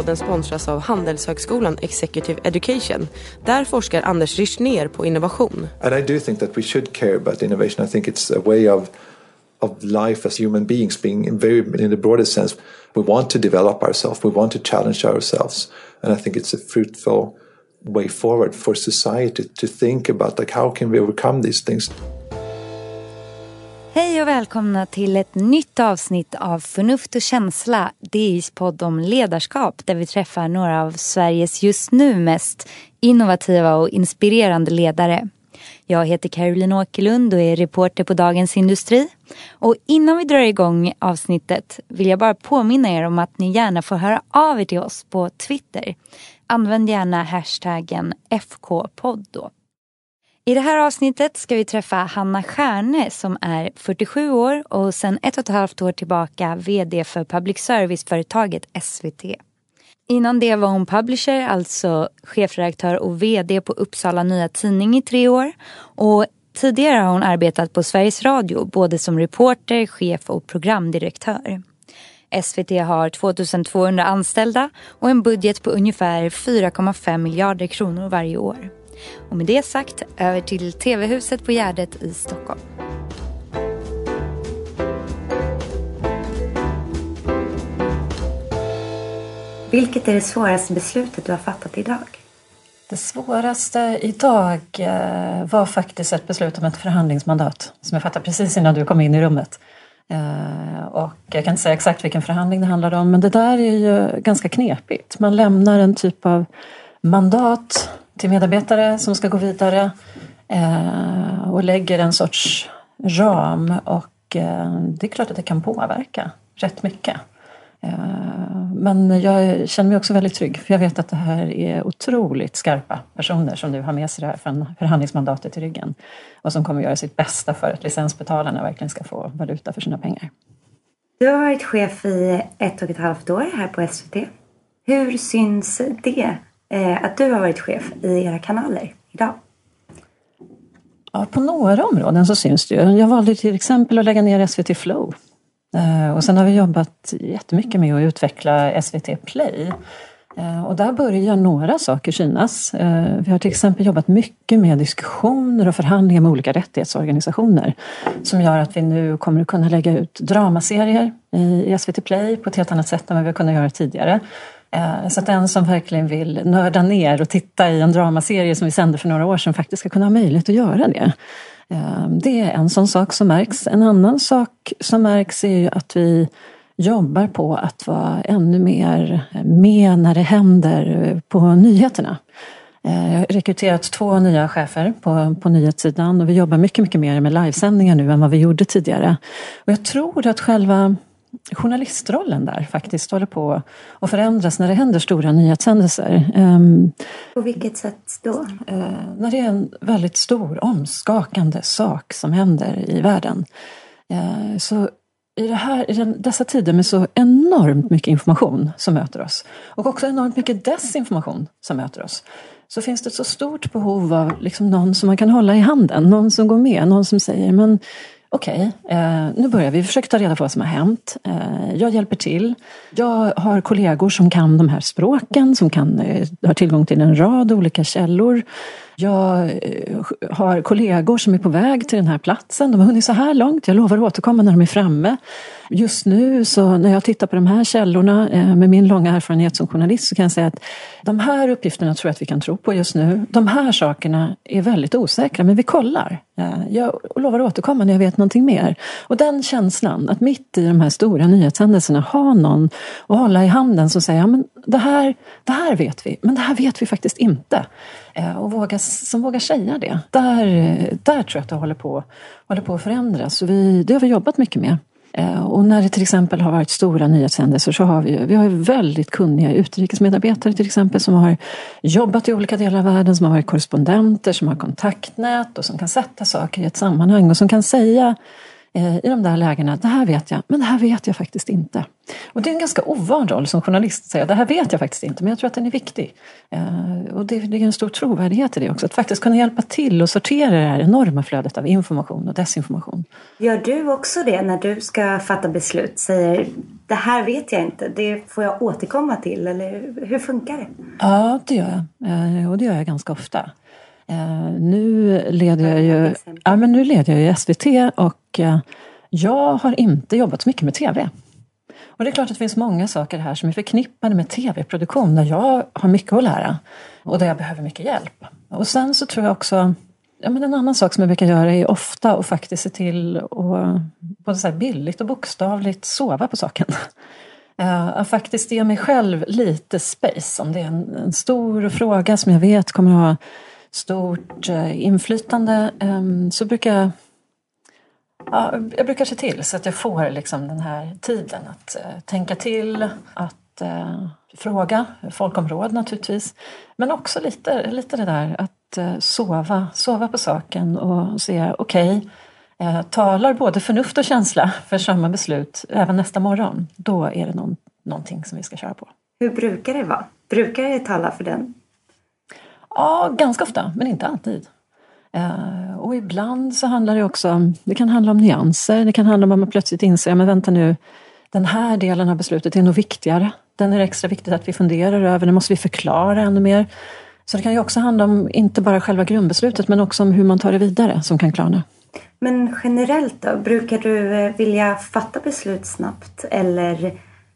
podden sponsras av Handelshögskolan Executive Education. Där forskar Anders Richner på innovation. And I do think that we should care about innovation. I think it's a way of life as human beings, being in the broadest sense. We want to develop ourselves. We want to challenge ourselves. And I think it's a fruitful way forward for society to think about, like, how can we overcome these things? Hej och välkomna till ett nytt avsnitt av Förnuft och känsla, DIs podd om ledarskap, där vi träffar några av Sveriges just nu mest innovativa och inspirerande ledare. Jag heter Caroline Åkerlund och är reporter på Dagens Industri. Och innan vi drar igång avsnittet vill jag bara påminna er om att ni gärna får höra av er till oss på Twitter. Använd gärna hashtaggen FK-podd då. I det här avsnittet ska vi träffa Hanna Stjärne som är 47 år och sedan 1,5 år tillbaka vd för public service-företaget SVT. Innan det var hon publisher, alltså chefredaktör och vd på Uppsala Nya Tidning i 3 år. Och tidigare har hon arbetat på Sveriges Radio både som reporter, chef och programdirektör. SVT har 2200 anställda och en budget på ungefär 4,5 miljarder kronor varje år. Och med det sagt, över till TV-huset på Gärdet i Stockholm. Vilket är det svåraste beslutet du har fattat idag? Det svåraste idag var faktiskt ett beslut om ett förhandlingsmandat som jag fattade precis innan du kom in i rummet. Och jag kan inte säga exakt vilken förhandling det handlade om, men det där är ju ganska knepigt. Man lämnar en typ av mandat till medarbetare som ska gå vidare och lägger en sorts ram, och det är klart att det kan påverka rätt mycket. Men jag känner mig också väldigt trygg, för jag vet att det här är otroligt skarpa personer som nu har med sig det här förhandlingsmandatet i ryggen och som kommer göra sitt bästa för att licensbetalarna verkligen ska få valuta för sina pengar. Du har varit chef i 1,5 år här på SVT. Hur syns det att du har varit chef i era kanaler idag? Ja, på några områden så syns det ju. Jag valde till exempel att lägga ner SVT Flow. Och sen har vi jobbat jättemycket med att utveckla SVT Play. Och där börjar några saker synas. Vi har till exempel jobbat mycket med diskussioner och förhandlingar med olika rättighetsorganisationer. Som gör att vi nu kommer att kunna lägga ut dramaserier i SVT Play på ett helt annat sätt än vad vi kunnat göra tidigare. Så att den som verkligen vill nörda ner och titta i en dramaserie som vi sände för några år sedan faktiskt ska kunna ha möjlighet att göra det. Det är en sån sak som märks. En annan sak som märks är ju att vi jobbar på att vara ännu mer med när det händer på nyheterna. Jag har rekryterat 2 nya chefer på nyhetssidan och vi jobbar mycket, mycket mer med livesändningar nu än vad vi gjorde tidigare. Och jag tror att själva journalistrollen där faktiskt håller på att förändras när det händer stora nyhetshändelser. På vilket sätt då? När det är en väldigt stor omskakande sak som händer i världen. Så i dessa tider med så enormt mycket information som möter oss och också enormt mycket desinformation som möter oss, så finns det ett så stort behov av liksom någon som man kan hålla i handen, någon som går med, någon som säger men okej, nu börjar vi försöka ta reda på vad som har hänt. Jag hjälper till. Jag har kollegor som kan de här språken, som har tillgång till en rad olika källor. Jag har kollegor som är på väg till den här platsen. De har hunnit så här långt. Jag lovar att återkomma när de är framme. Just nu så när jag tittar på de här källorna med min långa erfarenhet som journalist så kan jag säga att de här uppgifterna tror jag att vi kan tro på just nu. De här sakerna är väldigt osäkra, men vi kollar. Jag lovar att återkomma när jag vet någonting mer. Och den känslan att mitt i de här stora nyhetshändelserna ha någon att hålla i handen som säger ja, men det här vet vi, men det här vet vi faktiskt inte. Och vågar säga det. Där tror jag att det håller på att förändras. Så det har vi jobbat mycket med. Och när det till exempel har varit stora nyhetshändelser så har vi har ju väldigt kunniga utrikesmedarbetare till exempel som har jobbat i olika delar av världen, som har varit korrespondenter, som har kontaktnät och som kan sätta saker i ett sammanhang och som kan säga i de där lägena, det här vet jag, men det här vet jag faktiskt inte. Och det är en ganska ovan roll som journalist att säga, det här vet jag faktiskt inte, men jag tror att den är viktig. Och det är en stor trovärdighet i det också, att faktiskt kunna hjälpa till och sortera det här enorma flödet av information och desinformation. Gör du också det när du ska fatta beslut? Säger, det här vet jag inte, det får jag återkomma till, eller hur funkar det? Ja, det gör jag. Och det gör jag ganska ofta. Nu leder jag ju SVT och jag har inte jobbat så mycket med tv. Och det är klart att det finns många saker här som är förknippade med tv-produktion där jag har mycket att lära och där jag behöver mycket hjälp. Och sen så tror jag också, en annan sak som jag brukar göra är ofta att faktiskt se till att både så här billigt och bokstavligt sova på saken. Att faktiskt ge mig själv lite space. Om det är en stor fråga som jag vet kommer att ha stort inflytande, så brukar jag brukar se till så att jag får liksom den här tiden att tänka till, att fråga folk om råd naturligtvis, men också lite det där att sova på saken och se talar både förnuft och känsla för samma beslut även nästa morgon, då är det någonting som vi ska köra på. Hur brukar det vara? Brukar det tala för den? Ja, ganska ofta, men inte alltid. Och ibland så handlar det också, det kan handla om nyanser, det kan handla om att man plötsligt inser, men vänta nu, den här delen av beslutet är nog viktigare. Den är extra viktigt att vi funderar över, den måste vi förklara ännu mer. Så det kan ju också handla om inte bara själva grundbeslutet, men också om hur man tar det vidare som kan klarna. Men generellt då, brukar du vilja fatta beslut snabbt eller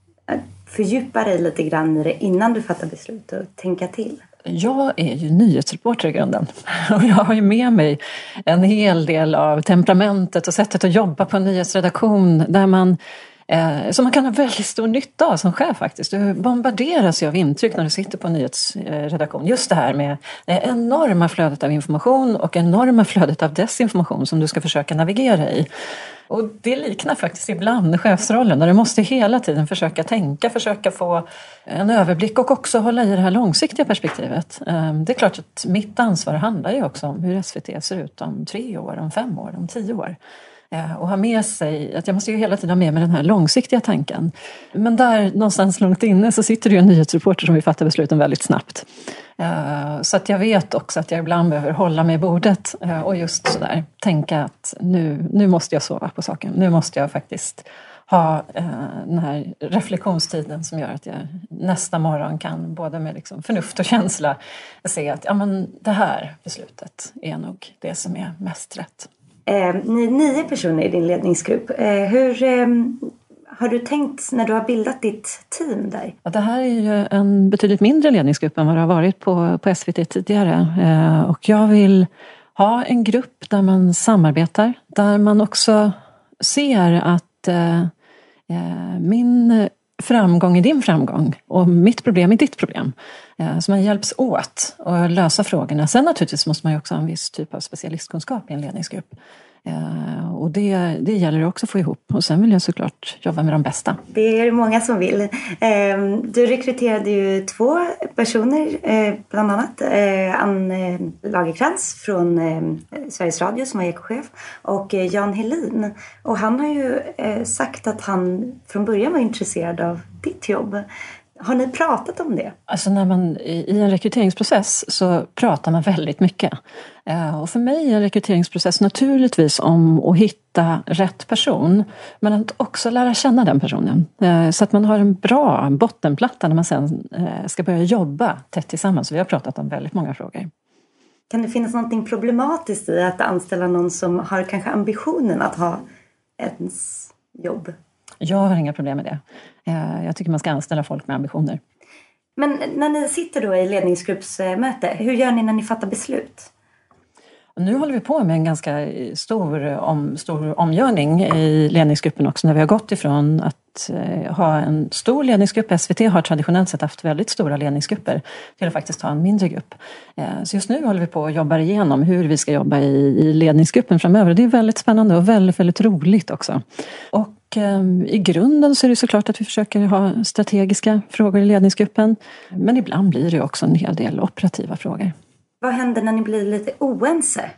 fördjupa dig lite grann i det innan du fattar beslut och tänka till? Jag är ju nyhetsreporter i grunden och jag har ju med mig en hel del av temperamentet och sättet att jobba på en nyhetsredaktion där man som man kan ha väldigt stor nytta av som chef faktiskt. Du bombarderas ju av intryck när du sitter på en nyhetsredaktion. Just det här med det enorma flödet av information och enorma flödet av desinformation som du ska försöka navigera i. Och det liknar faktiskt ibland chefsrollen där du måste hela tiden försöka tänka, försöka få en överblick och också hålla i det här långsiktiga perspektivet. Det är klart att mitt ansvar handlar ju också om hur SVT ser ut om 3 år, om 5 år, om 10 år. Och ha med sig, att jag måste ju hela tiden ha med mig den här långsiktiga tanken. Men där någonstans långt inne så sitter det ju en nyhetsreporter som vill fatta besluten väldigt snabbt. Så att jag vet också att jag ibland behöver hålla mig i bordet och just sådär tänka att nu måste jag sova på saken. Nu måste jag faktiskt ha den här reflektionstiden som gör att jag nästa morgon kan både med liksom förnuft och känsla se att det här beslutet är nog det som är mest rätt. Ni är 9 personer i din ledningsgrupp. Hur har du tänkt när du har bildat ditt team där? Ja, det här är ju en betydligt mindre ledningsgrupp än vad det har varit på SVT tidigare. Och jag vill ha en grupp där man samarbetar. Där man också ser att min framgång är din framgång och mitt problem är ditt problem. Så man hjälps åt att lösa frågorna. Sen naturligtvis måste man ju också ha en viss typ av specialistkunskap i en ledningsgrupp. Och det gäller också att få ihop. Och sen vill jag såklart jobba med de bästa. Det är många som vill. Du rekryterade ju 2 personer, bland annat Ann Lagerkrans från Sveriges Radio som var ekochef och Jan Helin. Och han har ju sagt att han från början var intresserad av ditt jobb. Har ni pratat om det? Alltså när man i en rekryteringsprocess så pratar man väldigt mycket. Och för mig är en rekryteringsprocess naturligtvis om att hitta rätt person. Men att också lära känna den personen. Så att man har en bra bottenplatta när man sen ska börja jobba tätt tillsammans. Vi har pratat om väldigt många frågor. Kan det finnas något problematiskt i att anställa någon som har kanske ambitionen att ha ens jobb? Jag har inga problem med det. Jag tycker man ska anställa folk med ambitioner. Men när ni sitter då i ledningsgruppsmöte, hur gör ni när ni fattar beslut? Nu håller vi på med en ganska stor omgörning i ledningsgruppen också. När vi har gått ifrån att ha en stor ledningsgrupp. SVT har traditionellt sett haft väldigt stora ledningsgrupper till att faktiskt ha en mindre grupp. Så just nu håller vi på att jobba igenom hur vi ska jobba i ledningsgruppen framöver. Det är väldigt spännande och väldigt, väldigt roligt också. Och i grunden så är det såklart att vi försöker ha strategiska frågor i ledningsgruppen. Men ibland blir det också en hel del operativa frågor. Vad händer när ni blir lite oense?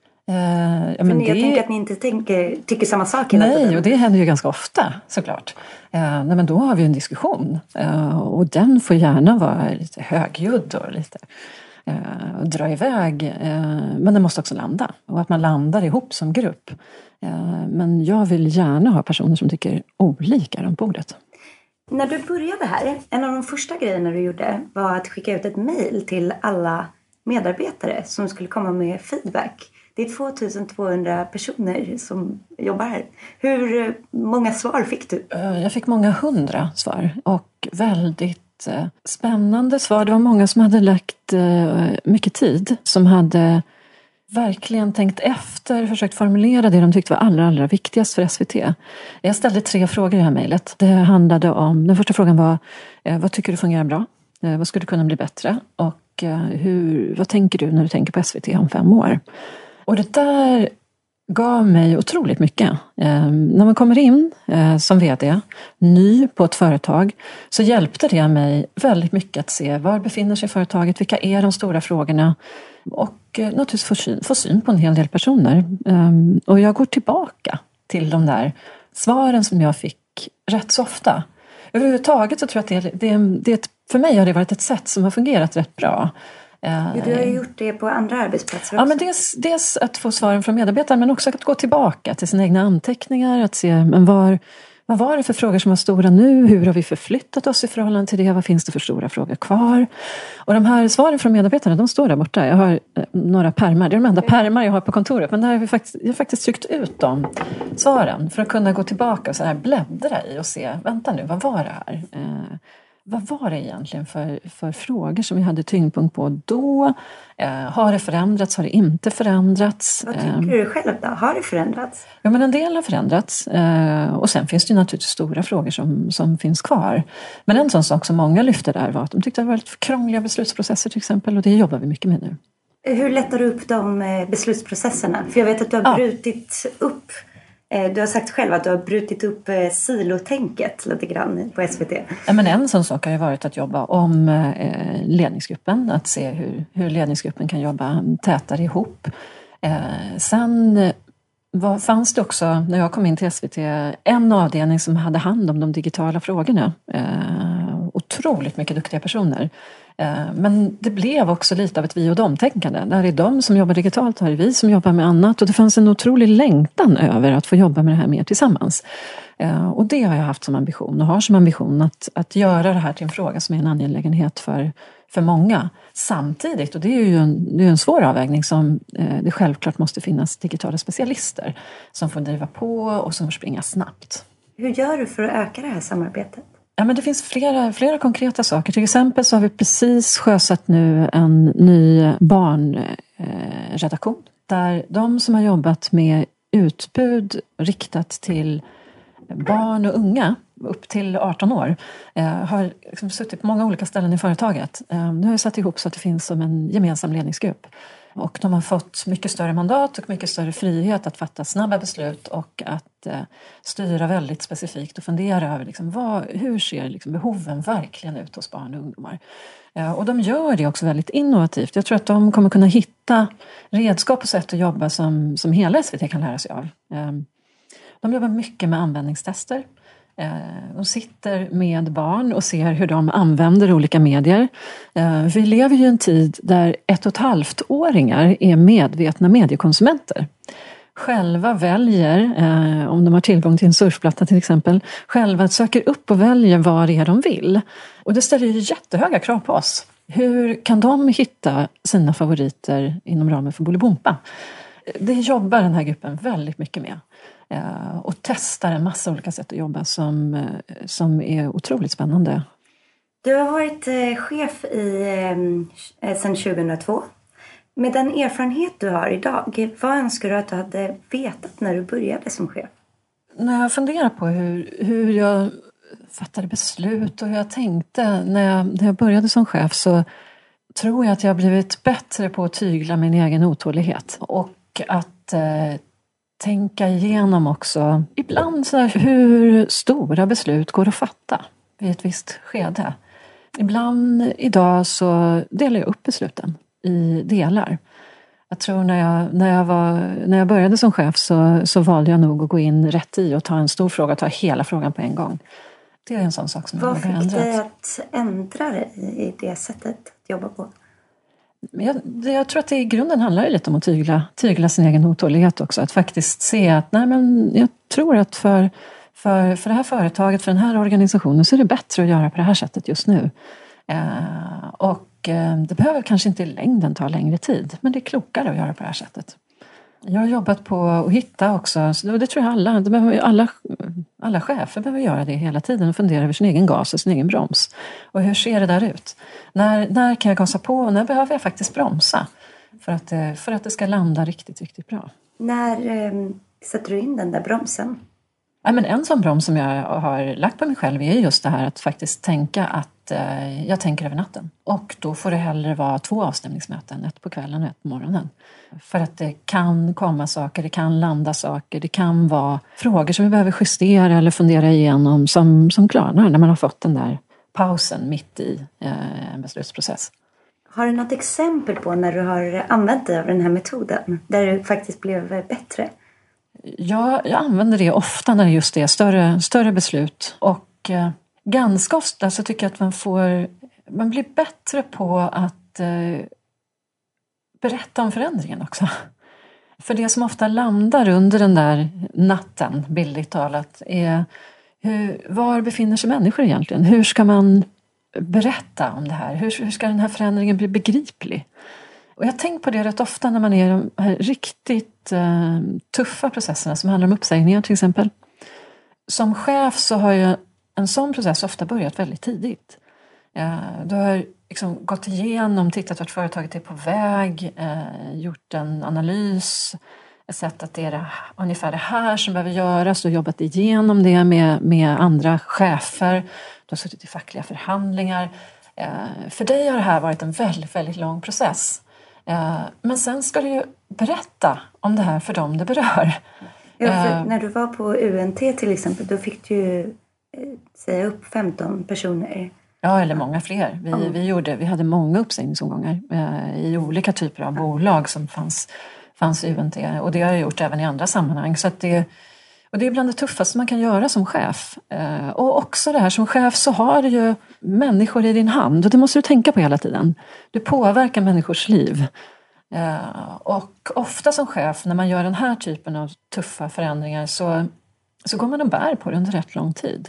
Jag tänker att ni inte tycker samma sak hela tiden. Nej, och det händer ju ganska ofta såklart. Men då har vi en diskussion. Och den får gärna vara lite högljudd och lite dra iväg. Men den måste också landa. Och att man landar ihop som grupp. Men jag vill gärna ha personer som tycker olika om bordet. När du började här, en av de första grejerna du gjorde var att skicka ut ett mejl till alla medarbetare som skulle komma med feedback. Det är 2200 personer som jobbar här. Hur många svar fick du? Jag fick många 100 svar och väldigt spännande svar. Det var många som hade lagt mycket tid, som hade verkligen tänkt efter, försökt formulera det de tyckte var allra viktigast för SVT. Jag ställde 3 frågor i det här mejlet. Det handlade om, den första frågan var, vad tycker du fungerar bra? Vad skulle kunna bli bättre? Och vad tänker du när du tänker på SVT om 5 år? Och det där gav mig otroligt mycket. När man kommer in som vd, ny på ett företag, så hjälpte det mig väldigt mycket att se var befinner sig företaget, vilka är de stora frågorna, och naturligtvis få syn på en hel del personer. Och jag går tillbaka till de där svaren som jag fick rätt så ofta. Överhuvudtaget så tror jag att för mig har det varit ett sätt som har fungerat rätt bra. Du har ju gjort det på andra arbetsplatser också. Ja, men dels att få svaren från medarbetare, men också att gå tillbaka till sina egna anteckningar. Att se, men vad var det för frågor som var stora nu? Hur har vi förflyttat oss i förhållande till det? Vad finns det för stora frågor kvar? Och de här svaren från medarbetarna, de står där borta. Jag har några pärmar. Det är de enda pärmar jag har på kontoret. Men där har jag har faktiskt tryckt ut de svaren för att kunna gå tillbaka och så här bläddra i och se, vänta nu, vad var det här? Vad var det egentligen för frågor som vi hade tyngdpunkt på då? Har det förändrats? Har det inte förändrats? Vad tycker du själv då? Har det förändrats? Ja, men en del har förändrats. Och sen finns det ju naturligtvis stora frågor som finns kvar. Men en sån sak som många lyfte där var att de tyckte att det var lite krångliga beslutsprocesser till exempel. Och det jobbar vi mycket med nu. Hur lättar du upp de beslutsprocesserna? För jag vet att du har brutit upp... Du har sagt själv att du har brutit upp silotänket lite grann på SVT. Ja, men en sån sak har ju varit att jobba om ledningsgruppen. Att se hur ledningsgruppen kan jobba tätare ihop. Sen fanns det också, när jag kom in till SVT, en avdelning som hade hand om de digitala frågorna. Otroligt mycket duktiga personer. Men det blev också lite av ett vi och dom-tänkande. Där är de som jobbar digitalt, här är vi som jobbar med annat. Och det fanns en otrolig längtan över att få jobba med det här mer tillsammans. Och det har jag haft som ambition och har som ambition att göra det här till en fråga som är en angelägenhet för många. Samtidigt, och det är ju en svår avvägning, som det självklart måste finnas digitala specialister som får driva på och som får springa snabbt. Hur gör du för att öka det här samarbetet? Ja, men det finns flera konkreta saker. Till exempel så har vi precis sjösatt nu en ny barnredaktion. Där de som har jobbat med utbud riktat till barn och unga upp till 18 år har liksom suttit på många olika ställen i företaget. Nu har jag satt ihop så att det finns som en gemensam ledningsgrupp. Och de har fått mycket större mandat och mycket större frihet att fatta snabba beslut och att styra väldigt specifikt och fundera över hur ser behoven verkligen ut hos barn och ungdomar. Och de gör det också väldigt innovativt. Jag tror att de kommer kunna hitta redskap och sätt att jobba som hela SVT kan lära sig av. De jobbar mycket med användningstester. De sitter med barn och ser hur de använder olika medier. Vi lever ju i en tid där 1,5-åringar är medvetna mediekonsumenter. Själva väljer, om de har tillgång till en surfplatta till exempel, själva söker upp och väljer vad det är de vill. Och det ställer ju jättehöga krav på oss. Hur kan de hitta sina favoriter inom ramen för Bolibompa? Det jobbar den här gruppen väldigt mycket med. Och testar en massa olika sätt att jobba som är otroligt spännande. Du har varit chef sedan 2002. Med den erfarenhet du har idag, vad önskar du att du hade vetat när du började som chef? När jag funderar på hur jag fattade beslut och hur jag tänkte när jag började som chef, så tror jag att jag har blivit bättre på att tygla min egen otålighet. Och att tänka igenom också ibland så här, hur stora beslut går att fatta vid ett visst skede. Ibland idag så delar jag upp besluten i delar. Jag tror när jag började som chef så valde jag nog att gå in rätt i och ta en stor fråga och ta hela frågan på en gång. Det är en sån sak som jag har ändrat. Vad fick dig att ändra dig i det sättet att jobba på? Jag tror att det i grunden handlar lite om att tygla sin egen otålighet också. Att faktiskt se att jag tror att för För det här företaget, för den här organisationen så är det bättre att göra på det här sättet just nu. Det behöver kanske inte i längden ta längre tid, men det är klokare att göra på det här sättet. Jag har jobbat på att hitta också, och det tror jag alla chefer behöver göra det hela tiden och fundera över sin egen gas och sin egen broms. Och hur ser det där ut? När kan jag gasa på och när behöver jag faktiskt bromsa? För att det ska landa riktigt, riktigt bra. När sätter du in den där bromsen? Ja, men en sån broms som jag har lagt på mig själv är just det här att faktiskt tänka att jag tänker över natten. Och då får det hellre vara 2 avstämningsmöten, ett på kvällen och ett på morgonen. För att det kan komma saker, det kan landa saker, det kan vara frågor som vi behöver justera eller fundera igenom som klarnar när man har fått den där pausen mitt i en beslutsprocess. Har du något exempel på när du har använt dig av den här metoden där du faktiskt blev bättre? Ja, jag använder det ofta när det just är större beslut. Och ganska ofta så tycker jag att man blir bättre på att berätta om förändringen också. För det som ofta landar under den där natten, bildligt talat, är var befinner sig människor egentligen? Hur ska man berätta om det här? Hur ska den här förändringen bli begriplig? Och jag har tänkt på det rätt ofta när man är i de här riktigt tuffa processerna som handlar om uppsägningar till exempel. Som chef så har ju en sån process ofta börjat väldigt tidigt. Du har liksom gått igenom, tittat vart företaget är på väg, gjort en analys, sett att det är ungefär det här som behöver göras och jobbat igenom det med andra chefer. Du har suttit i fackliga förhandlingar. För dig har det här varit en väldigt, väldigt lång process. Men sen ska du ju berätta om det här för dem det berör. Ja, för när du var på UNT till exempel, då fick du ju säga upp 15 personer. Ja, eller många fler. Vi hade många uppsägningsomgångar i olika typer av bolag som fanns i UNT. Och det har jag gjort även i andra sammanhang. Så att och det är bland det tuffaste man kan göra som chef. Och också det här, som chef så har du ju människor i din hand. Och det måste du tänka på hela tiden. Du påverkar människors liv. Och ofta som chef, när man gör den här typen av tuffa förändringar så går man och bär på det under rätt lång tid.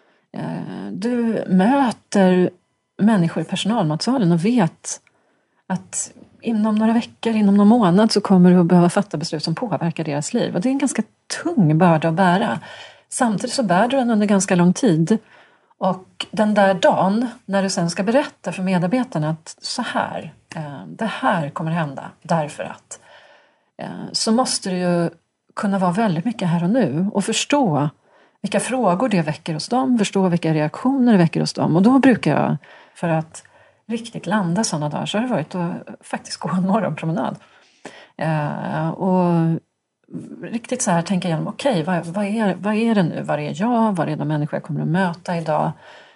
Du möter människor i personalmatsalen och vet att inom några veckor, inom någon månad så kommer du att behöva fatta beslut som påverkar deras liv. Och det är en ganska tung börda att bära. Samtidigt så bär du den under ganska lång tid. Och den där dagen när du sen ska berätta för medarbetarna att det här kommer hända därför att. Så måste du ju kunna vara väldigt mycket här och nu och förstå vilka frågor det väcker hos dem, förstå vilka reaktioner det väcker hos dem. Och då brukar jag, för att riktigt landa sådana dagar, så har det varit att faktiskt gå en morgonpromenad. Och riktigt så här tänka igenom, okej, vad är det nu? Vad är jag? Vad är de människor jag kommer att möta idag?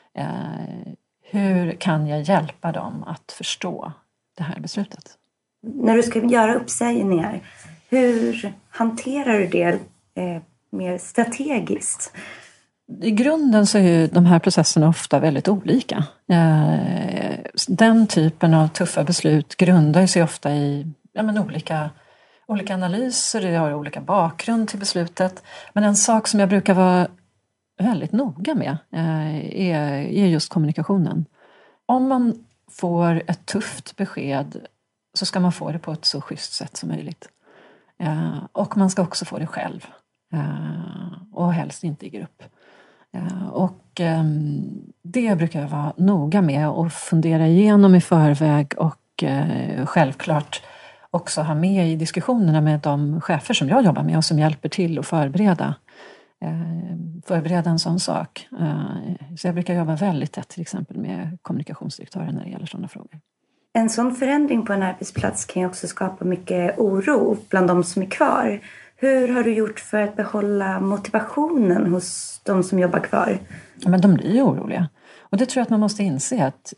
Hur kan jag hjälpa dem att förstå det här beslutet? När du ska göra uppsägningar, hur hanterar du det mer strategiskt? I grunden så är ju de här processerna ofta väldigt olika. Den typen av tuffa beslut grundar sig ofta i olika analyser, det har olika bakgrund till beslutet. Men en sak som jag brukar vara väldigt noga med är just kommunikationen. Om man får ett tufft besked så ska man få det på ett så schysst sätt som möjligt. Och man ska också få det själv. Och helst inte i grupp. Och det brukar jag vara noga med och fundera igenom i förväg och självklart också ha med i diskussionerna med de chefer som jag jobbar med och som hjälper till att förbereda en sån sak. Så jag brukar jobba väldigt tätt till exempel med kommunikationsdirektören när det gäller sådana frågor. En sån förändring på en arbetsplats kan ju också skapa mycket oro bland de som är kvar. Hur har du gjort för att behålla motivationen hos de som jobbar kvar? Men de blir ju oroliga. Och det tror jag att man måste inse att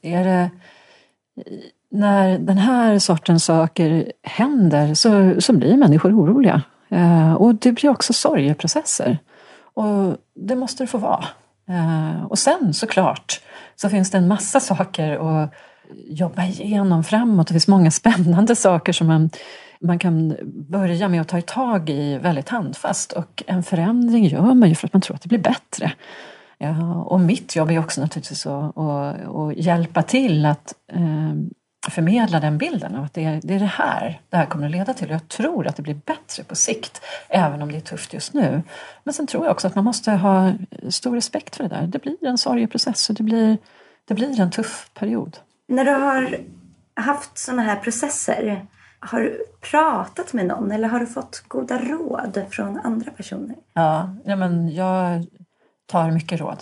när den här sortens saker händer så blir människor oroliga. Och det blir också sorgeprocesser. Och det måste det få vara. Och sen såklart så finns det en massa saker att jobba igenom framåt. Det finns många spännande saker som man kan börja med att ta tag i väldigt handfast. Och en förändring gör man ju för att man tror att det blir bättre. Ja, och mitt jobb är också naturligtvis att hjälpa till att förmedla den bilden av att det är det här kommer att leda till. Jag tror att det blir bättre på sikt, även om det är tufft just nu. Men sen tror jag också att man måste ha stor respekt för det där. Det blir en sorgeprocess och det blir en tuff period. När du har haft såna här processer, har du pratat med någon eller har du fått goda råd från andra personer? Ja, men jag tar mycket råd.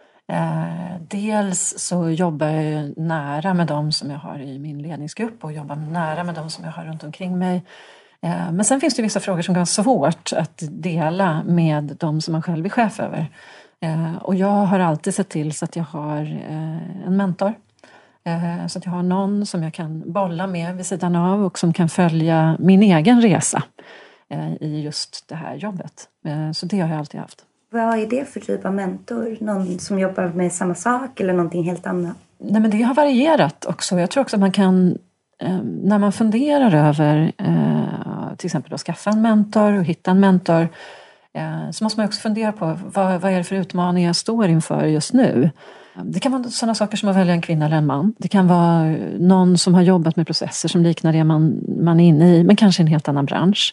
Dels så jobbar jag nära med dem som jag har i min ledningsgrupp och jobbar nära med dem som jag har runt omkring mig. Men sen finns det vissa frågor som kan vara svårt att dela med dem som man själv är chef över. Och jag har alltid sett till så att jag har en mentor. Så att jag har någon som jag kan bolla med vid sidan av och som kan följa min egen resa i just det här jobbet. Så det har jag alltid haft. Vad är det för typ av mentor? Någon som jobbar med samma sak eller någonting helt annat? Nej, men det har varierat också. Jag tror också att man kan, när man funderar över till exempel att skaffa en mentor och hitta en mentor, så måste man också fundera på vad är det för utmaningar jag står inför just nu. Det kan vara sådana saker som att välja en kvinna eller en man. Det kan vara någon som har jobbat med processer som liknar det man är inne i, men kanske i en helt annan bransch.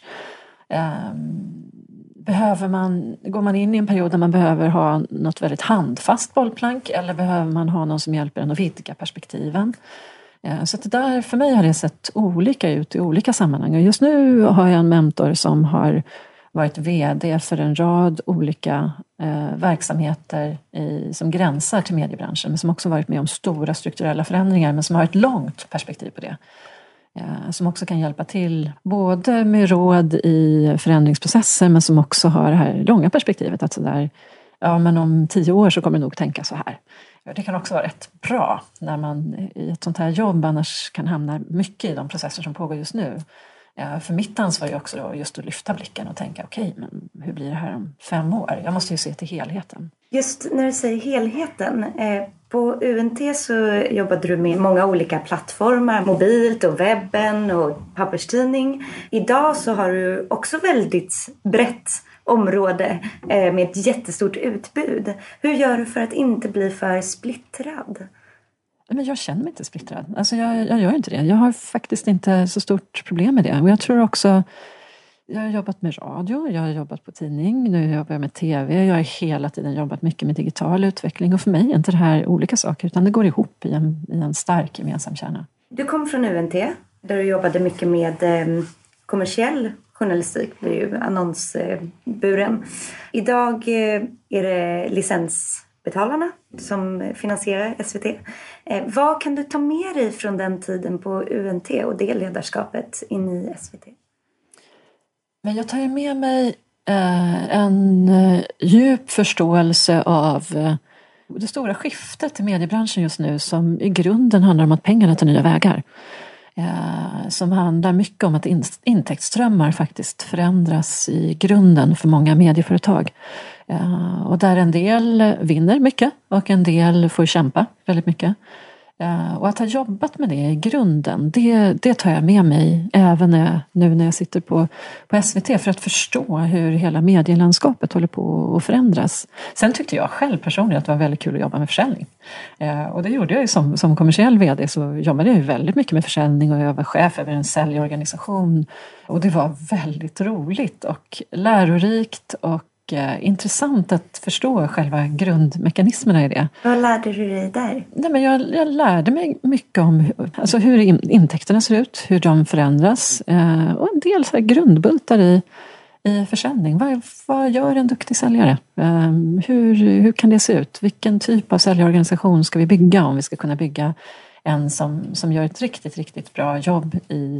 Går man in i en period där man behöver ha något väldigt handfast bollplank, eller behöver man ha någon som hjälper en att vidga perspektiven? Så att det där, för mig har det sett olika ut i olika sammanhang. Och just nu har jag en mentor som har varit vd för en rad olika verksamheter som gränsar till mediebranschen, men som också varit med om stora strukturella förändringar, men som har ett långt perspektiv på det. Som också kan hjälpa till både med råd i förändringsprocesser, men som också har det här långa perspektivet att sådär, ja men om 10 år så kommer det nog tänka så här. Det kan också vara rätt bra när man i ett sånt här jobb annars kan hamna mycket i de processer som pågår just nu. För mitt ansvar är också då just att lyfta blicken och tänka okej, men hur blir det här om 5 år? Jag måste ju se till helheten. Just när du säger helheten, på UNT så jobbade du med många olika plattformar, mobilt och webben och papperstidning. Idag så har du också väldigt brett område med ett jättestort utbud. Hur gör du för att inte bli för splittrad? Men jag känner mig inte splittrad. Alltså jag gör inte det. Jag har faktiskt inte så stort problem med det. Och jag tror också, jag har jobbat med radio, jag har jobbat på tidning, nu jobbar jag med tv. Jag har hela tiden jobbat mycket med digital utveckling. Och för mig är inte det här olika saker, utan det går ihop i en stark gemensam kärna. Du kom från UNT, där du jobbade mycket med kommersiell journalistik, blir ju annonsburen. Idag är det licensbetalarna som finansierar SVT. Vad kan du ta med dig från den tiden på UNT och det ledarskapet in i SVT? Men jag tar med mig en djup förståelse av det stora skiftet i mediebranschen just nu, som i grunden handlar om att pengarna tar nya vägar. Som handlar mycket om att intäktsströmmar faktiskt förändras i grunden för många medieföretag. Och där en del vinner mycket och en del får kämpa väldigt mycket. Och att ha jobbat med det i grunden, det tar jag med mig även nu när jag sitter på SVT, för att förstå hur hela medielandskapet håller på att förändras. Sen tyckte jag själv personligen att det var väldigt kul att jobba med försäljning. Och det gjorde jag ju som kommersiell vd, så jobbade jag ju väldigt mycket med försäljning och jag var chef över en säljorganisation. Och det var väldigt roligt och lärorikt och intressant att förstå själva grundmekanismerna i det. Vad lärde du dig där? Nej, men jag lärde mig mycket om alltså hur intäkterna ser ut, hur de förändras och en del så här grundbultar i försäljning. Vad gör en duktig säljare? Hur kan det se ut? Vilken typ av säljorganisation ska vi bygga om vi ska kunna bygga en som gör ett riktigt, riktigt bra jobb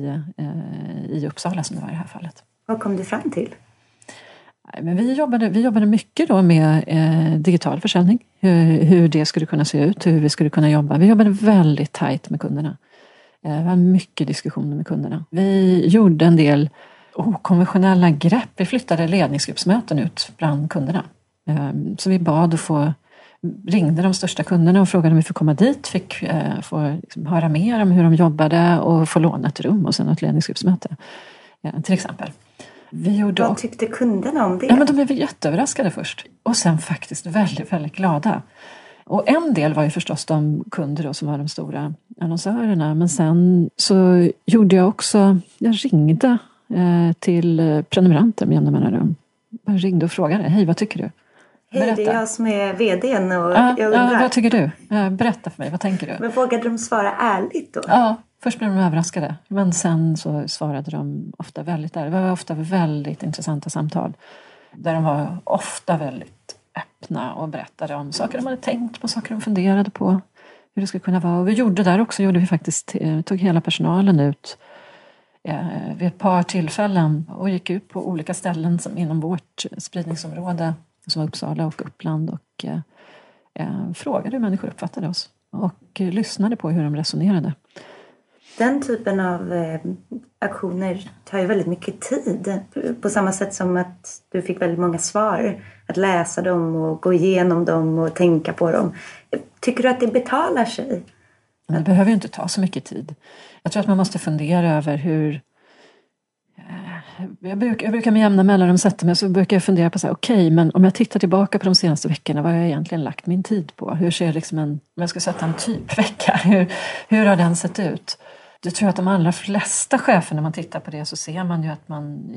i Uppsala, som det var i det här fallet. Vad kom du fram till? Men vi jobbade mycket då med digital försäljning. Hur det skulle kunna se ut, hur vi skulle kunna jobba. Vi jobbade väldigt tajt med kunderna. Det var mycket diskussioner med kunderna. Vi gjorde en del okonventionella grepp. Vi flyttade ledningsgruppsmöten ut bland kunderna. Så vi bad att få ringde de största kunderna och frågade om vi fick komma dit, fick få liksom höra mer om hur de jobbade och få låna ett rum och sen ett ledningsgruppsmöte till exempel. Vad tyckte kunderna om det? Ja, men de blev jätteöverraskade först och sen faktiskt väldigt, väldigt glada. Och en del var ju förstås de kunder då, som var de stora annonsörerna, men sen så gjorde jag ringde till prenumeranter med jämna mellanrum. Jag ringde och frågade, hej, vad tycker du? Hej, det är jag som är vdn och jag undrar. Vad tycker du? Berätta för mig, vad tänker du? Men vågade de svara ärligt då? Ja, först blev de överraskade. Men sen så svarade de ofta väldigt ärligt. Det var ofta väldigt intressanta samtal. Där de var ofta väldigt öppna och berättade om saker de hade tänkt på, saker de funderade på. Hur det skulle kunna vara. Och vi gjorde vi faktiskt, tog hela personalen ut vid ett par tillfällen och gick ut på olika ställen som inom vårt spridningsområde som var Uppsala och Uppland och frågade hur människor uppfattade oss och lyssnade på hur de resonerade. Den typen av aktioner tar ju väldigt mycket tid, på samma sätt som att du fick väldigt många svar, att läsa dem och gå igenom dem och tänka på dem. Tycker du att det betalar sig? Men det behöver ju inte ta så mycket tid. Jag tror att man måste fundera över hur... Jag brukar med jämna mellanrum sätta mig, så brukar jag fundera på okej, men om jag tittar tillbaka på de senaste veckorna, vad har jag egentligen lagt min tid på? Hur ser liksom om jag ska sätta en typvecka, hur har den sett ut? Jag tror att de allra flesta chefer, när man tittar på det, så ser man ju att man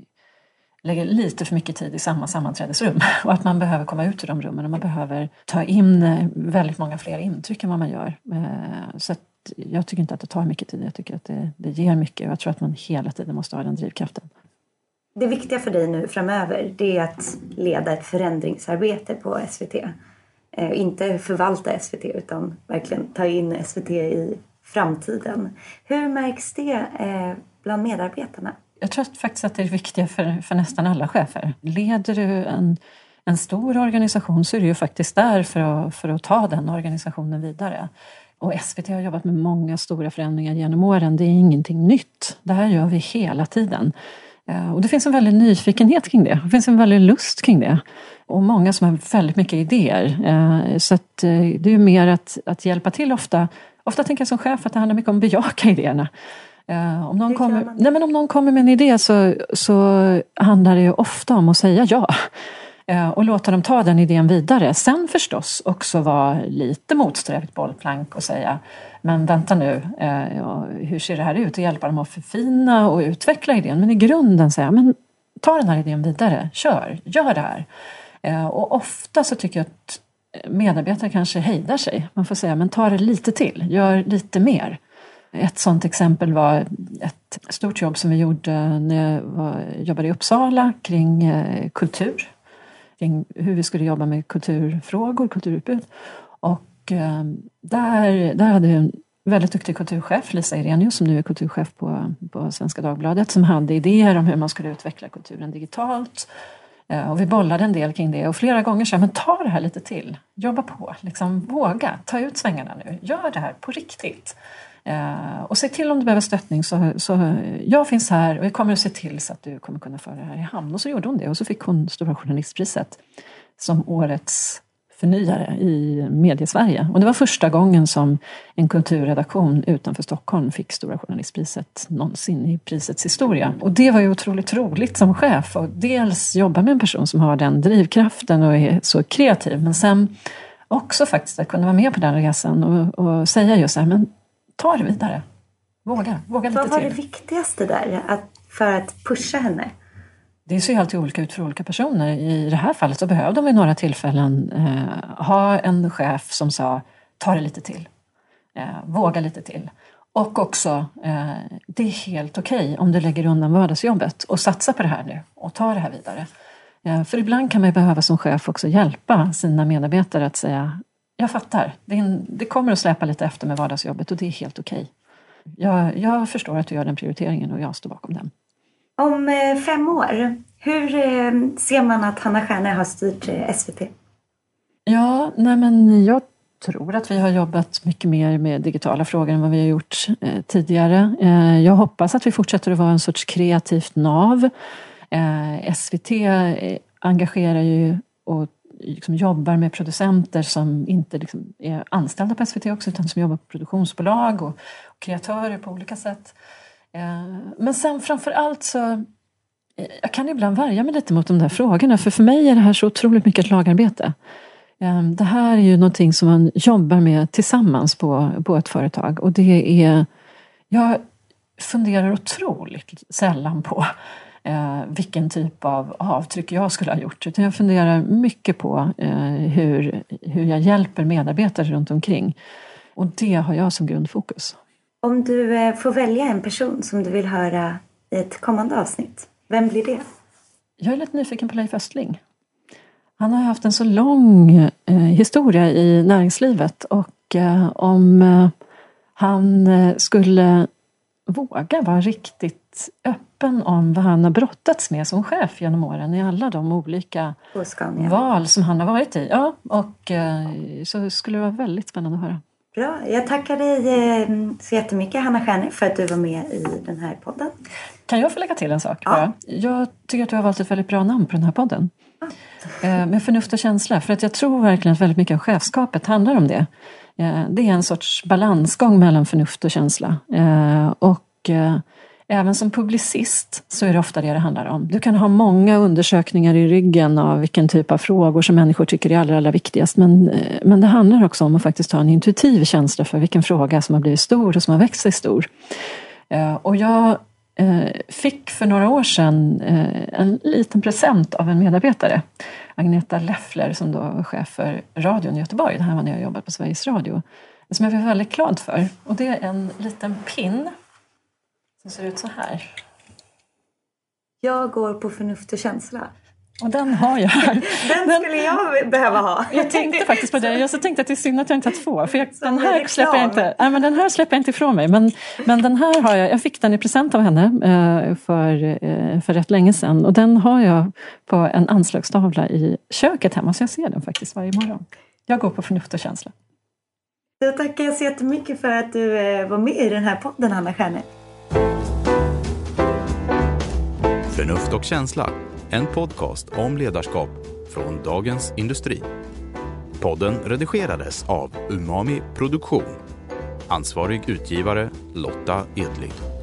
lägger lite för mycket tid i samma sammanträdesrum och att man behöver komma ut ur de rummen och man behöver ta in väldigt många fler intryck än vad man gör. Så att jag tycker inte att det tar mycket tid. Jag tycker att det ger mycket och jag tror att man hela tiden måste ha den drivkraften. Det viktiga för dig nu framöver, det är att leda ett förändringsarbete på SVT. Inte förvalta SVT utan verkligen ta in SVT i framtiden. Hur märks det bland medarbetarna? Jag tror faktiskt att det är viktigt för nästan alla chefer. Leder du en stor organisation så är du ju faktiskt där för att ta den organisationen vidare. Och SVT har jobbat med många stora förändringar genom åren. Det är ingenting nytt. Det här gör vi hela tiden. Och det finns en väldigt nyfikenhet kring det. Det finns en väldigt lust kring det. Och många som har väldigt mycket idéer. Så att det är ju mer att hjälpa till ofta. Ofta tänker jag som chef att det handlar mycket om att bejaka idéerna. Om någon kommer med en idé så handlar det ju ofta om att säga ja. Och låta dem ta den idén vidare. Sen förstås också vara lite motsträvigt bollplank och säga, men vänta nu, hur ser det här ut? Och hjälpa dem att förfina och utveckla idén. Men i grunden säga, men ta den här idén vidare, gör det här. Och ofta så tycker jag att medarbetare kanske hejdar sig. Man får säga, men ta det lite till, gör lite mer. Ett sådant exempel var ett stort jobb som vi gjorde när jag jobbade i Uppsala kring kultur. Kring hur vi skulle jobba med kulturfrågor, kulturutbud. Och där hade vi en väldigt duktig kulturchef, Lisa Irenius, som nu är kulturchef på Svenska Dagbladet, som hade idéer om hur man skulle utveckla kulturen digitalt. Och vi bollade en del kring det och flera gånger sa, men ta det här lite till, jobba på, liksom, våga, ta ut svängarna nu, gör det här på riktigt. Och se till om du behöver stöttning så jag finns här och jag kommer att se till så att du kommer kunna föra det här i hamn. Och så gjorde hon det och så fick hon Stora journalistpriset som årets förnyare i Mediesverige. Och det var första gången som en kulturredaktion utanför Stockholm fick Stora journalistpriset någonsin i prisets historia. Och det var ju otroligt roligt som chef och dels jobba med en person som har den drivkraften och är så kreativ. Men sen också faktiskt att kunna vara med på den resan och säga just så här, men ta det vidare. Våga lite till. Vad var det viktigaste där för att pusha henne? Det ser ju alltid olika ut för olika personer. I det här fallet så behövde vi några tillfällen ha en chef som sa, ta det lite till. Våga lite till. Och också, det är helt okej om du lägger undan vardagsjobbet och satsar på det här nu och tar det här vidare. För ibland kan man ju behöva som chef också hjälpa sina medarbetare att säga, jag fattar, det kommer att släpa lite efter med vardagsjobbet och det är helt okej. Jag förstår att du gör den prioriteringen och jag står bakom den. Om 5 år, hur ser man att Hanna Stjärne har styrt SVT? Ja, men jag tror att vi har jobbat mycket mer med digitala frågor än vad vi har gjort tidigare. Jag hoppas att vi fortsätter att vara en sorts kreativt nav. SVT engagerar ju och liksom jobbar med producenter som inte liksom är anställda på SVT också, utan som jobbar på produktionsbolag och kreatörer på olika sätt. Men sen framförallt så jag kan ibland värja mig lite mot de där frågorna, för mig är det här så otroligt mycket ett lagarbete. Det här är ju någonting som man jobbar med tillsammans på ett företag, och det är, jag funderar otroligt sällan på vilken typ av avtryck jag skulle ha gjort, utan jag funderar mycket på hur jag hjälper medarbetare runt omkring, och det har jag som grundfokus. Om du får välja en person som du vill höra i ett kommande avsnitt, vem blir det? Jag är lite nyfiken på Leif Östling. Han har haft en så lång historia i näringslivet, och om han skulle våga vara riktigt öppen om vad han har brottats med som chef genom åren i alla de olika val som han har varit i. Ja, och så skulle det vara väldigt spännande att höra. Bra, jag tackar dig så jättemycket, Hanna Stjärne, för att du var med i den här podden. Kan jag få lägga till en sak? Ja. Jag tycker att du har valt ett väldigt bra namn på den här podden. Med förnuft och känsla. För att jag tror verkligen att väldigt mycket av chefskapet handlar om det. Det är en sorts balansgång mellan förnuft och känsla. Och även som publicist så är det ofta det handlar om. Du kan ha många undersökningar i ryggen av vilken typ av frågor som människor tycker är allra viktigast. Men det handlar också om att faktiskt ha en intuitiv känsla för vilken fråga som har blivit stor och som har växt sig stor. Och jag fick för några år sedan en liten present av en medarbetare, Agneta Leffler, som då var chef för radion i Göteborg. Det här var när jag jobbade på Sveriges Radio, som jag var väldigt glad för. Och det är en liten pin som ser ut så här. Jag går på förnuft och känsla. Och den har jag här. Den skulle jag behöva ha. Jag tänkte faktiskt på det. Jag så tänkte att det är synd att jag inte har två. För den här släpper jag inte. Nej, men den här släpper jag inte ifrån mig. Men den här har jag. Jag fick den i present av henne för rätt länge sedan. Och den har jag på en anslagstavla i köket hemma. Så jag ser den faktiskt varje morgon. Jag går på förnuft och känsla. Då tackar jag så jättemycket för att du var med i den här podden, Hanna Stjärne. Förnuft och känsla. En podcast om ledarskap från Dagens Industri. Podden redigerades av Umami Produktion. Ansvarig utgivare Lotta Edling.